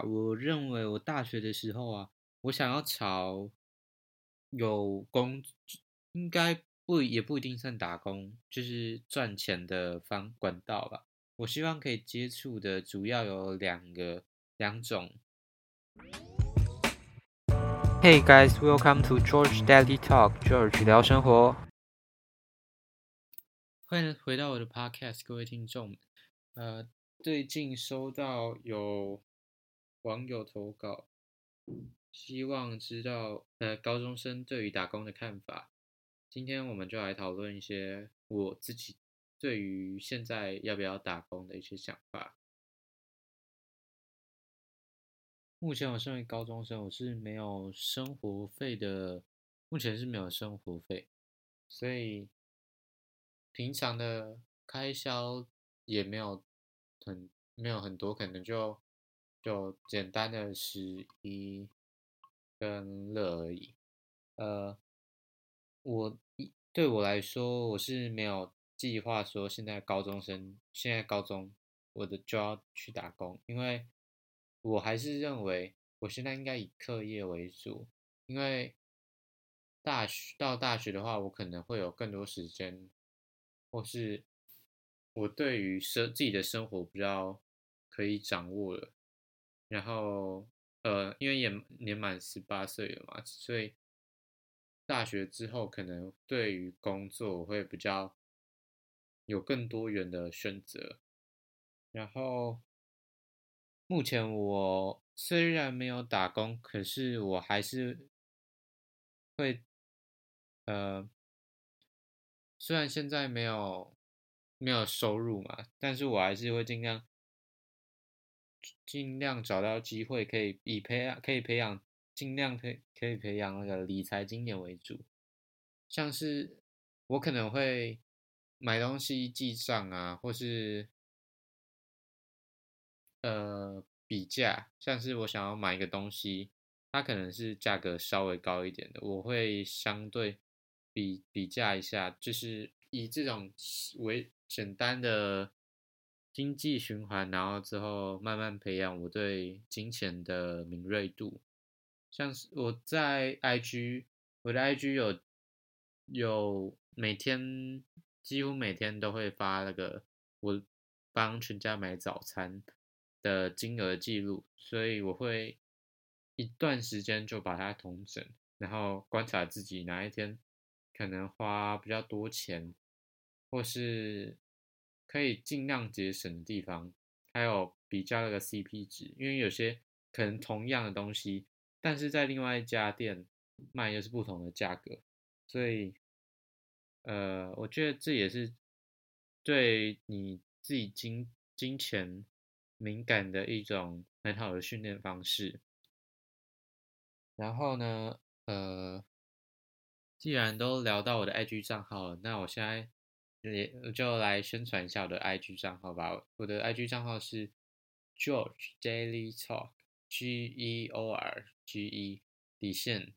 法，我认为我大学的时候啊，我想要朝有工，应该也不一定算打工，就是赚钱的管道吧。我希望可以接触的主要有两种。Hey guys, welcome to George Daily Talk. George 聊生活。欢迎回到我的 podcast，各位听众们。最近收到有网友投稿，希望知道高中生对于打工的看法。今天我们就来讨论一些我自己对于现在要不要打工的一些想法。目前我身为高中生，我是没有生活费的，目前是没有生活费，所以平常的开销也没有很多，可能就简单的食衣跟乐而已。呃，对我来说，我是没有计划说现在高中就要去打工，因为我还是认为我现在应该以课业为主，因为到大学的话，我可能会有更多时间，或是我对于自己的生活比较可以掌握了。然后因为也年满18岁了嘛，所以大学之后可能对于工作我会比较有更多元的选择。然后目前我虽然没有打工，可是我还是会呃，虽然现在没有收入嘛，但是我还是会尽量找到机会，可以培养尽量可以培养那个理财经验为主，像是我可能会买东西记账啊，或是比价，像是我想要买一个东西，它可能是价格稍微高一点的，我会相对比价一下，就是以这种为简单的经济循环，然后之后慢慢培养我对金钱的敏锐度。像是我的 IG 有几乎每天都会发那个我帮全家买早餐的金额记录，所以我会一段时间就把它统整，然后观察自己哪一天可能花比较多钱，或是可以尽量节省的地方，还有比较那个 CP 值，因为有些可能同样的东西，但是在另外一家店卖又是不同的价格，所以我觉得这也是对你自己金钱敏感的一种很好的训练方式。然后呢，既然都聊到我的 IG 账号了，那我现在就来宣传一下我的 IG 账号吧。我的 IG 账号是 George Daily Talk，GEORGE 底线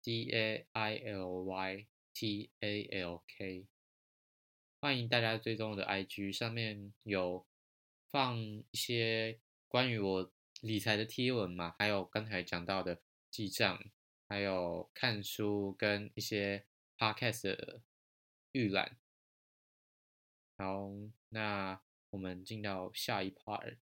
DAILYTALK。欢迎大家追踪我的 IG，上面有放一些关于我理财的贴文嘛，还有刚才讲到的记账，还有看书跟一些 podcast 的预览。好，那我们进到下一 part。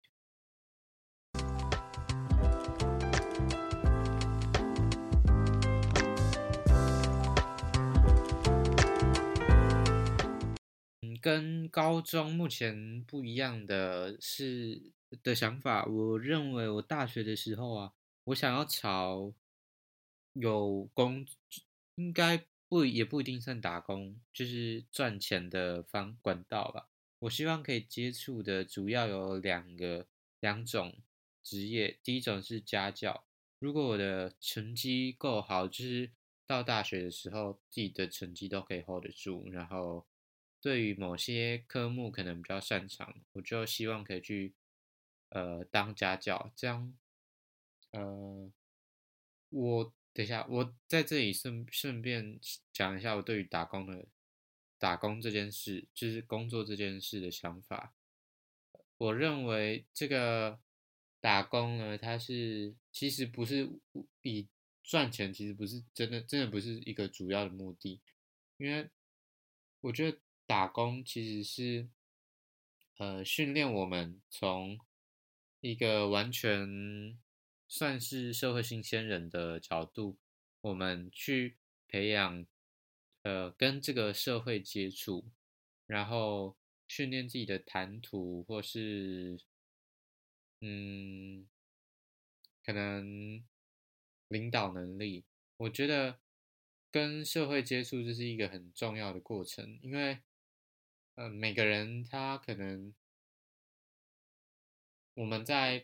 跟高中目前不一样的想法，我认为我大学的时候啊，我想要朝有工，应该也不一定算打工，就是赚钱的管道吧。我希望可以接触的主要有两种职业，第一种是家教。如果我的成绩够好，就是到大学的时候自己的成绩都可以 hold 得住，然后对于某些科目可能比较擅长，我就希望可以去当家教，这样呃等一下，我在这里顺便讲一下我对于打工这件事，就是工作这件事的想法。我认为这个打工呢，它其实不是以赚钱，其实不是真的不是一个主要的目的，因为我觉得打工其实是训练我们从一个完全算是社会新鲜人的角度，我们去培养跟这个社会接触，然后训练自己的谈吐或是嗯，可能领导能力，我觉得跟社会接触这是一个很重要的过程，因为每个人他可能我们在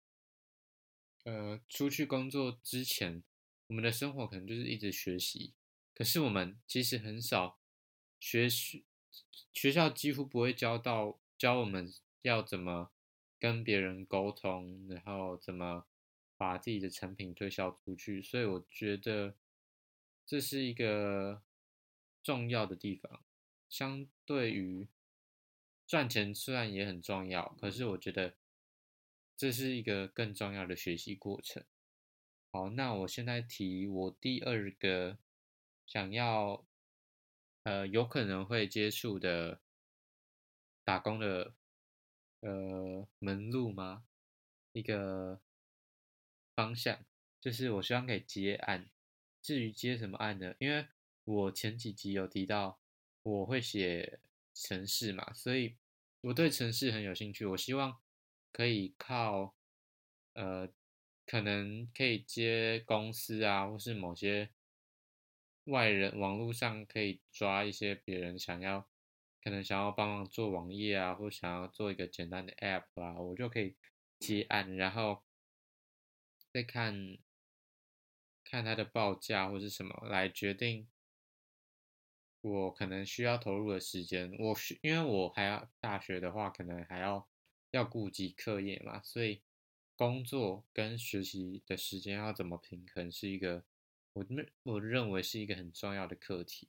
出去工作之前，我们的生活可能就是一直学习，可是我们其实很少学习，学校几乎不会教我们要怎么跟别人沟通，然后怎么把自己的产品推销出去，所以我觉得这是一个重要的地方。相对于赚钱，虽然也很重要，可是我觉得这是一个更重要的学习过程。好，那我现在提我第二个想要有可能会接触的打工的门路吗？一个方向，就是我希望可以接案。至于接什么案呢？因为我前几集有提到我会写程式嘛，所以我对程式很有兴趣。我希望可以靠呃，可能可以接公司啊，或是某些外人网络上可以抓一些别人可能想要帮忙做网页啊，或想要做一个简单的 App 啊，我就可以接案，然后再看它的报价或是什么来决定我可能需要投入的时间。因为我还要大学的话，可能还要顾及课业嘛，所以工作跟学习的时间要怎么平衡，是一个我认为是一个很重要的课题。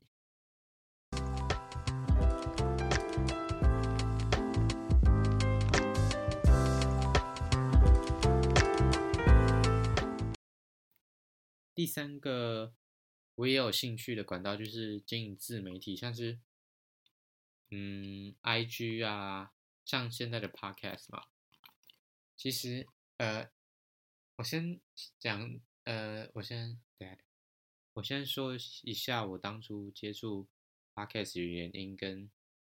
第三个我也有兴趣的管道就是经营自媒体，像是IG 啊，像现在的 Podcast 嘛。其实我先讲等下，我先说一下我当初接触 Podcast 的原因跟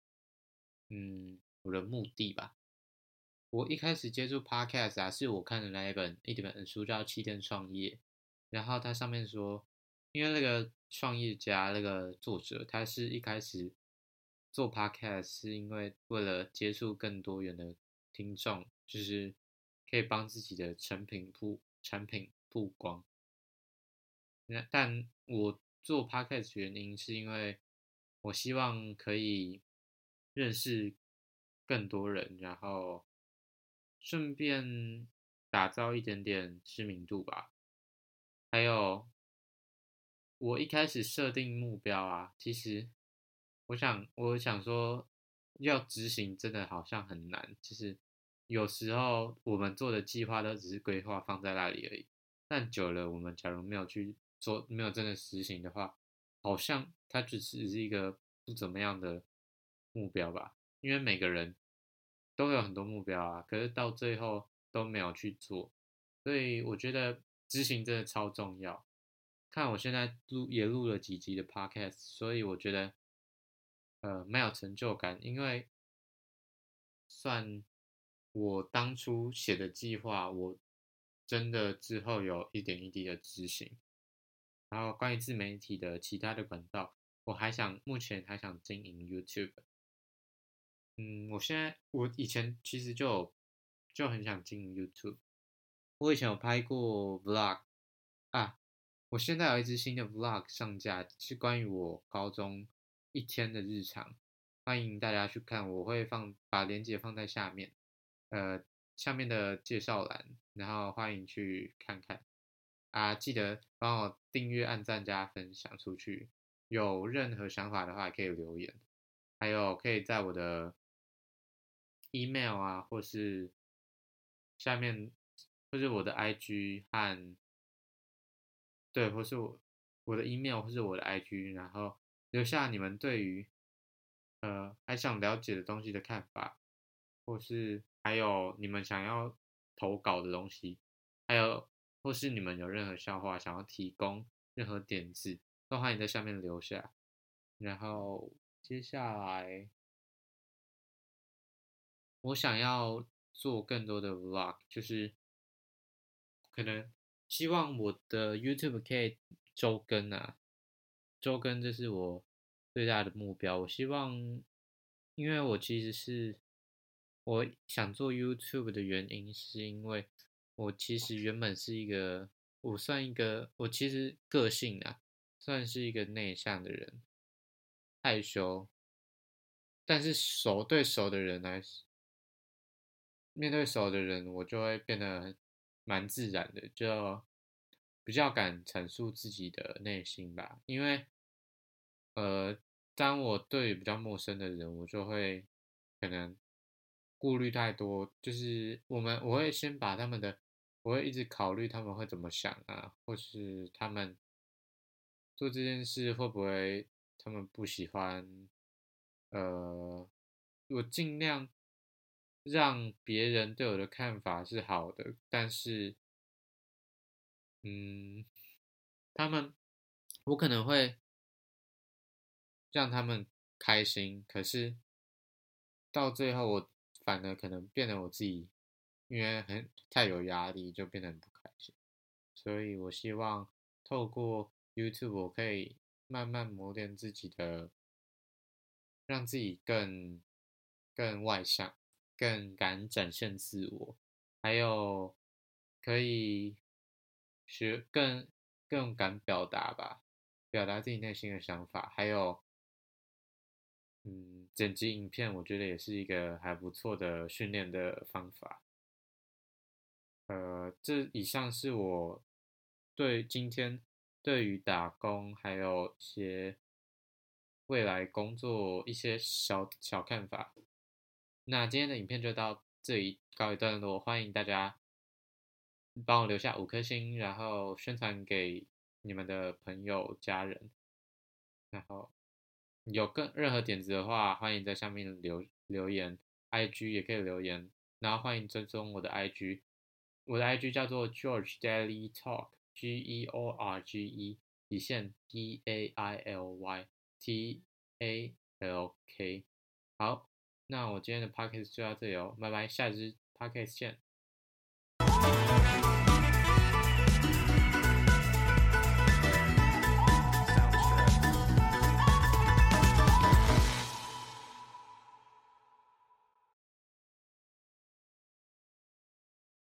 我的目的吧。我一开始接触 Podcast 啊，是我看的一本书叫《七天创业》，然后它上面说，因为那个创业家那个作者，他是一开始做 Podcast 是因为为了接触更多元的听众，就是可以帮自己的产品曝光。但我做 podcast 原因是因为我希望可以认识更多人，然后顺便打造一点点知名度吧。还有，我一开始设定目标啊，其实我想说，要执行真的好像很难，就是有时候我们做的计划都只是规划放在那里而已，但久了，我们假如没有去做，没有真的实行的话，好像它只是一个不怎么样的目标吧，因为每个人都有很多目标啊，可是到最后都没有去做，所以我觉得执行真的超重要。看我现在录了几集的 podcast，所以我觉得蛮有成就感，因为算我当初写的计划，我真的之后有一点一滴的执行。然后关于自媒体的其他的管道，目前还想经营 YouTube。我以前其实就很想经营 YouTube。我以前有拍过 vlog 啊，我现在有一支新的 vlog 上架，是关于我高中一天的日常，欢迎大家去看，把链接放在下面，下面的介绍栏，然后欢迎去看看啊，记得帮我订阅、按赞、加分享出去，有任何想法的话可以留言，还有可以在我的 email 啊，或是下面或者我的 IG 和对，或是我的 email 或是我的 IG，然后留下你们对于还想了解的东西的看法，或是还有你们想要投稿的东西，还有或是你们有任何笑话想要提供任何点子，都欢迎在下面留下。然后接下来我想要做更多的 vlog，就是可能希望我的 YouTube 可以周更啊，周更这是我最大的目标。我希望，因为我其实是我想做 YouTube 的原因，是因为我其实原本是一个，我算一个，我其实个性啊，算是一个内向的人，害羞，但是对熟的人来面对熟的人，我就会变得蛮自然的，就比较敢阐述自己的内心吧。因为当我对比较陌生的人，我就会可能顾虑太多，就是我会先把他们的，我会一直考虑他们会怎么想啊，或是他们做这件事会不会他们不喜欢，我尽量让别人对我的看法是好的，但是嗯，他们我可能会让他们开心，可是到最后我反而可能变得我自己，因为太有压力，就变得很不开心。所以我希望透过 YouTube，我可以慢慢磨练自己的，让自己更外向，更敢展现自我，还有可以更敢表达吧，表达自己内心的想法，还有剪辑影片，我觉得也是一个还不错的训练的方法。这以上是我今天对于打工还有一些未来工作一些小小看法。那今天的影片就到这里告一段落，欢迎大家帮我留下5颗星，然后宣传给你们的朋友、家人。然后有任何点子的话，欢迎在下面留言，IG 也可以留言，然后欢迎追踪我的 IG，我的 IG 叫做 George Daily Talk，GEORGE 底线 DAILYTALK。好，那我今天的 podcast 就到这里哦，拜拜，下支 podcast 见。